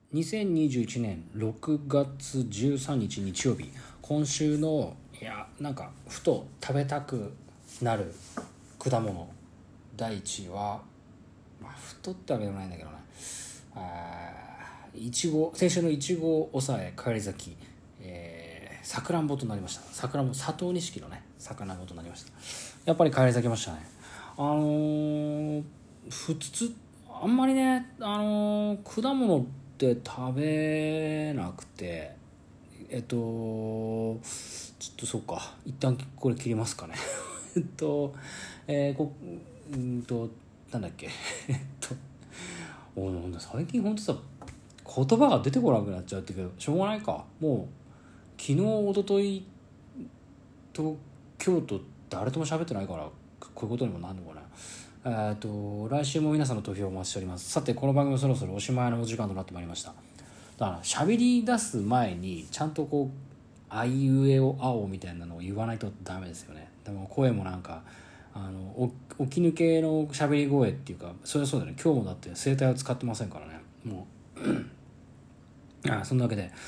2021年6月13日日曜日、今週のなんかふと食べたくなる果物第1位は、ふとってわけでもないんだけどね、いちご、先週のいちごを抑え返り咲き、さくらんぼとなりました。さくらんぼ、佐藤錦のねさくらんぼとなりました。やっぱり返り咲きましたね。普通あんまりね、果物って食べなくて、ちょっとそうか、一旦これ切りますかね。なんだっけ最近ほんとさ、言葉が出てこなくなっちゃうってけどしょうがないか。もう昨日一昨日と今日と誰とも喋ってないから、こういうことにもなんのかな。来週も皆さんの投票をお待ちしております。さて、この番組そろそろおしまいのお時間となってまいりました。だから喋り出す前にちゃんとこうあいうえおあおみたいなのを言わないとダメですよね。でも声もなんか起き抜けの喋り声っていうか、それはそうだね。今日もだって声帯を使ってませんからね。もうそんなわけで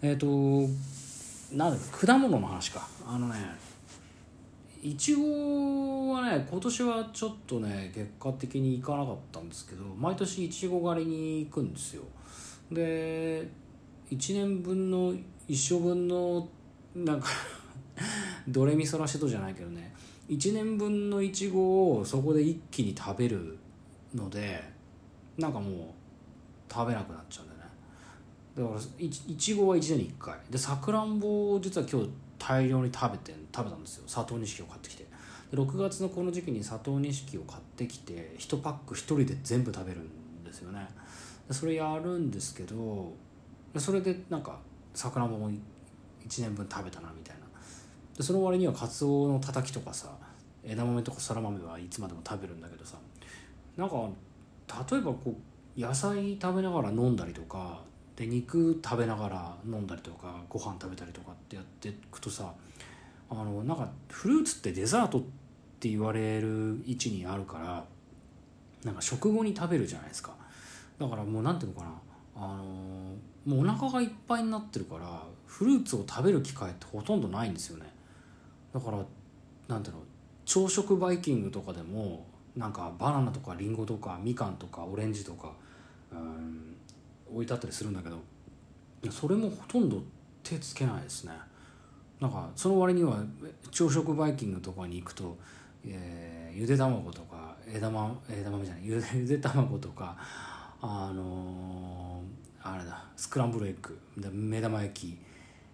なんだ果物の話か。いちごはね、今年はちょっとね結果的に行かなかったんですけど、毎年いちご狩りに行くんですよ。で1年分の一生分のなんかドレミソラシドじゃないけどね、1年分のいちごをそこで一気に食べるので、なんかもう食べなくなっちゃうんだよね。だからいちごは1年に1回で、さくらんぼを実は今日大量に食べたんですよ。佐藤錦を買ってきて、で6月のこの時期に佐藤錦を買ってきて1パック1人で全部食べるんですよね。でそれやるんですけど、それでなんかさくらんぼも1年分食べたなみたいな。でその割にはカツオのたたきとかさ、枝豆とかそら豆はいつまでも食べるんだけどさ、なんか例えばこう野菜食べながら飲んだりとかで、肉食べながら飲んだりとかご飯食べたりとかってやっていくとさ、なんかフルーツってデザートって言われる位置にあるから、なんか食後に食べるじゃないですか。だからもうなんていうのかな、もうお腹がいっぱいになってるからフルーツを食べる機会ってほとんどないんですよね。だからなんていうの、朝食バイキングとかでもなんかバナナとかリンゴとかみかんとかオレンジとか置いてあったりするんだけど、それもほとんど手つけないですね。なんかその割には朝食バイキングとかに行くと、ゆで卵とか枝豆じゃない、ゆで卵とかあれだ、スクランブルエッグ、目玉焼き、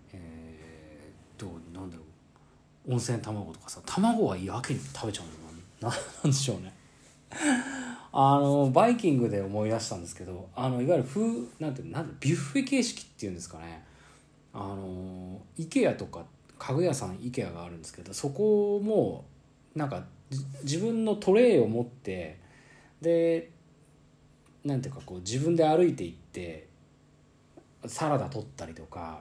なんだろう、温泉卵とかさ、卵はやけに食べちゃうのなんでしょうね。バイキングで思い出したんですけど、いわゆるなんてビュッフェ形式っていうんですかね。IKEA とか家具屋さん IKEA があるんですけど、そこもなんか自分のトレイを持って、でなんていうかこう自分で歩いていってサラダ取ったりとか、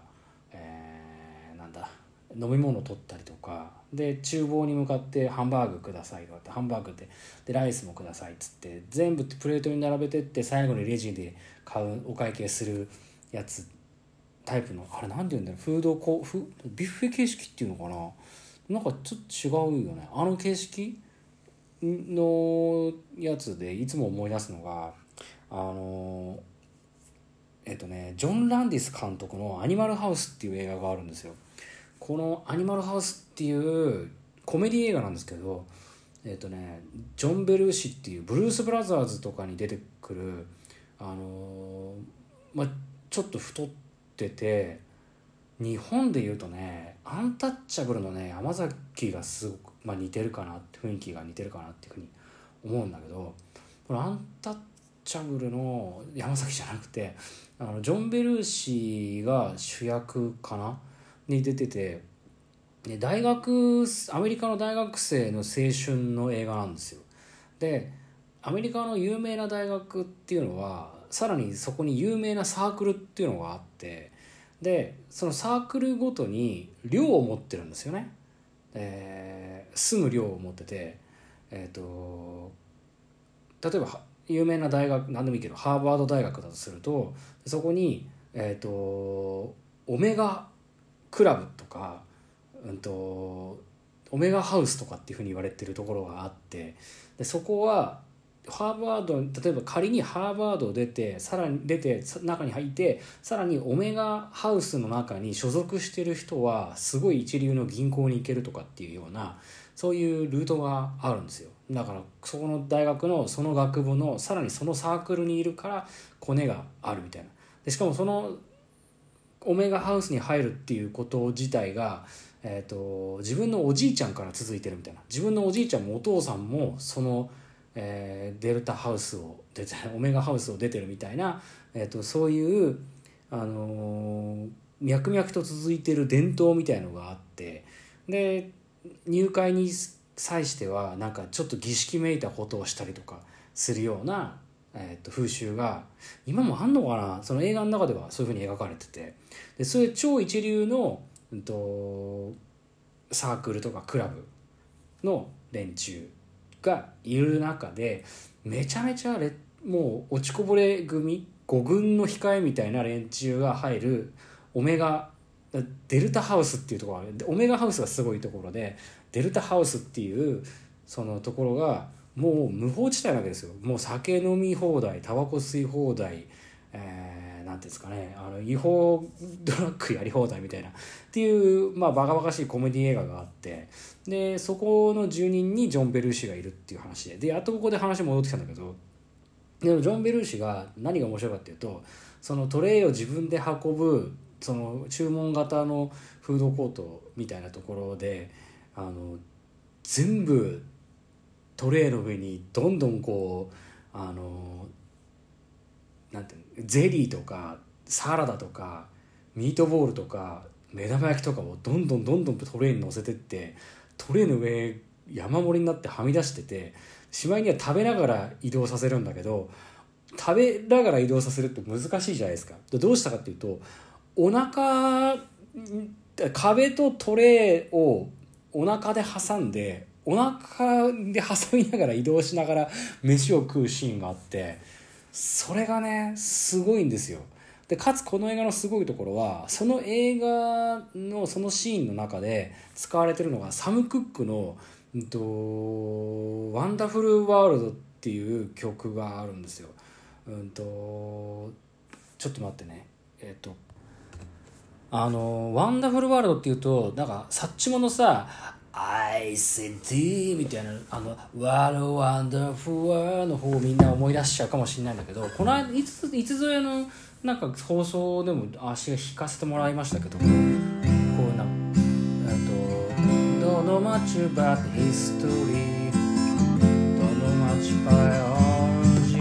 飲み物取ったりとかで、厨房に向かってハンバーグくださいとかって、ハンバーグでライスもくださいっつって全部プレートに並べてって、最後にレジでお会計するやつタイプの、あれなんて言うんだろう、ビュッフェ形式っていうのかな。なんかちょっと違うよね、あの形式のやつで。いつも思い出すのがジョン・ランディス監督のアニマルハウスっていう映画があるんですよ。このアニマルハウスっていうコメディ映画なんですけど、ジョン・ベルーシっていうブルース・ブラザーズとかに出てくるちょっと太ってて、日本でいうとねアンタッチャブルのね山崎がすごく、似てるかなって、雰囲気が似てるかなっていうふうに思うんだけど、このアンタッチャブルの山崎じゃなくてジョン・ベルーシが主役かなに出てて、アメリカの大学生の青春の映画なんですよ。でアメリカの有名な大学っていうのはさらにそこに有名なサークルっていうのがあって、でそのサークルごとに寮を持ってるんですよね。住む寮を持ってて、例えば有名な大学何でもいいけどハーバード大学だとするとそこにオメガクラブとか、オメガハウスとかっていうふうに言われてるところがあって、でそこはハーバード、例えば仮にハーバードを出てさらに出て中に入ってさらにオメガハウスの中に所属してる人はすごい一流の銀行に行けるとかっていうようなそういうルートがあるんですよ。だからそこの大学のその学部のさらにそのサークルにいるからコネがあるみたいな。でしかもそのオメガハウスに入るっていうこと自体が、自分のおじいちゃんから続いてるみたいな。自分のおじいちゃんもお父さんもその、デルタハウスを出てオメガハウスを出てるみたいな、そういう、脈々と続いてる伝統みたいのがあって、で入会に際してはなんかちょっと儀式めいたことをしたりとかするような、風習が今もあんのかな。その映画の中ではそういうふうに描かれてて、でそういう超一流の、サークルとかクラブの連中がいる中でめちゃめちゃもう落ちこぼれ組5軍の控えみたいな連中が入るオメガデルタハウスっていうところがある。オメガハウスがすごいところでデルタハウスっていうそのところがもう無法地帯なわけですよ。もう酒飲み放題、タバコ吸い放題、なんていうんですかね、違法ドラッグやり放題みたいなっていう、バカバカしいコメディ映画があって、でそこの住人にジョン・ベルーシがいるっていう話で、あとここで話戻ってきたんだけど、でもジョン・ベルーシが何が面白いかっていうと、そのトレイを自分で運ぶその注文型のフードコートみたいなところで全部トレイの上にどんどんこうなんていうの、ゼリーとかサラダとかミートボールとか目玉焼きとかをどんどんトレイに乗せてって、トレイの上山盛りになってはみ出してて、しまいには食べながら移動させるんだけど、食べながら移動させるって難しいじゃないですか。どうしたかっていうと、壁とトレイをお腹で挟んで、お腹で挟みながら移動しながら飯を食うシーンがあって、それがねすごいんですよ。でかつこの映画のすごいところは、その映画のそのシーンの中で使われてるのがサム・クックのワンダフルワールドっていう曲があるんですよ。ちょっと待ってね。ワンダフルワールドっていうとなんかサッチモのさI said D みたいなWhat a wonderful world の方をみんな思い出しちゃうかもしれないんだけど、この間いつぞやのなんか放送でも足が弾かせてもらいましたけど、こうDon't know much about history Don't know much biology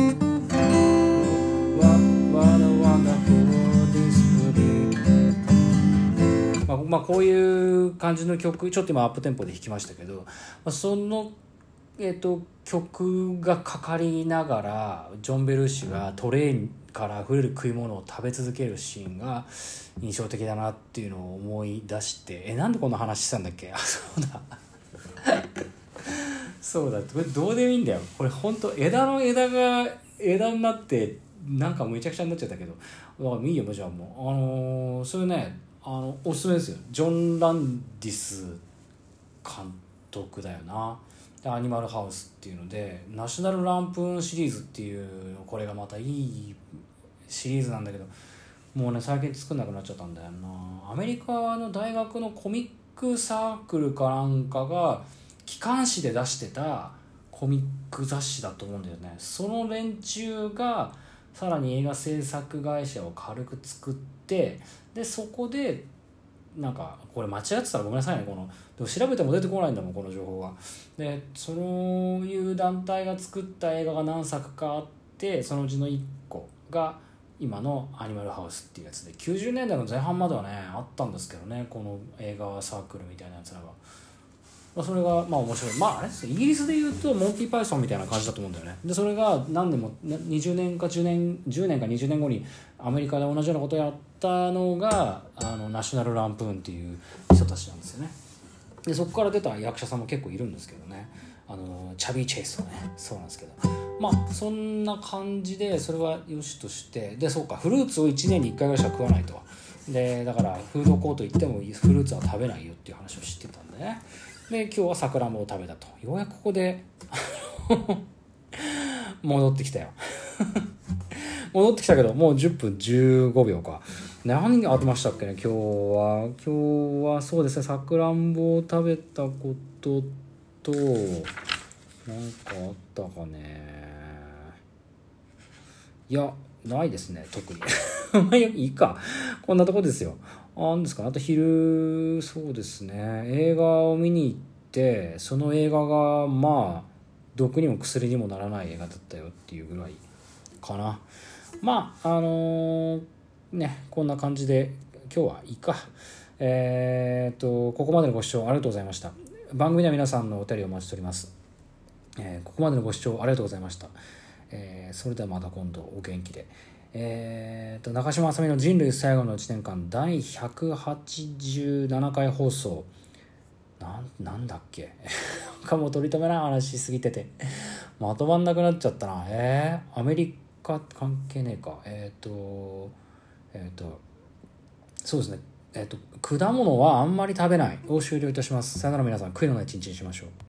What a wonderful world this would be。こういう感じの曲ちょっと今アップテンポで弾きましたけど、その、曲がかかりながらジョン・ベルーシがトレイからあふれる食い物を食べ続けるシーンが印象的だなっていうのを思い出して、なんでこんな話したんだっけ。そうだそうだ、これどうでもいいんだよ。これ本当枝が枝になってなんかめちゃくちゃになっちゃったけど、だからいいよ。じゃあもうそれねおすすめですよ。ジョン・ランディス監督だよな。アニマルハウスっていうのでナショナルランプーンシリーズっていう、これがまたいいシリーズなんだけど、もうね最近作んなくなっちゃったんだよな。アメリカの大学のコミックサークルかなんかが機関誌で出してたコミック雑誌だと思うんだよね。その連中がさらに映画制作会社を軽く作って、でそこでなんかこれ間違ってたらごめんなさいね。でも調べても出てこないんだもんこの情報は。でそういう団体が作った映画が何作かあって、そのうちの1個が今のアニマルハウスっていうやつで、90年代の前半まではねあったんですけどね、この映画サークルみたいなやつらが。それが面白い。あれですね、イギリスでいうとモンティ・パイソンみたいな感じだと思うんだよね。でそれが何年も20年か10年か20年後にアメリカで同じようなことをやったのがナショナルランプーンっていう人たちなんですよね。でそこから出た役者さんも結構いるんですけどね、チャビー・チェイスとかね、そうなんですけど、 まあそんな感じでそれはよしとして、でそうかフルーツを1年に1回ぐらいしか食わないと、でだからフードコート行ってもフルーツは食べないよっていう話をしてたんでね。で今日はさくらんぼを食べたと。ようやくここで戻ってきたよ戻ってきたけどもう10分15秒か。何がありましたっけね。今日はそうですね、さくらんぼを食べたこととなんかあったかね。いやないですね特にまあいいか、こんなとこですよ。なんですか、あと昼そうですね、映画を見に行って、その映画がまあ毒にも薬にもならない映画だったよっていうぐらいかな。まあね、こんな感じで今日はいいか。ここまでのご視聴ありがとうございました。番組では皆さんのお便りをお待ちしております。ここまでのご視聴ありがとうございました。それではまた今度お元気で。中島あさみの人類最後の1年間第187回放送なんだっけなんかもう取り留めない話しすぎててまとまんなくなっちゃったな。アメリカ関係ねえか。そうですね、果物はあんまり食べないを終了いたします。さよなら皆さん、悔いのない一日にしましょう。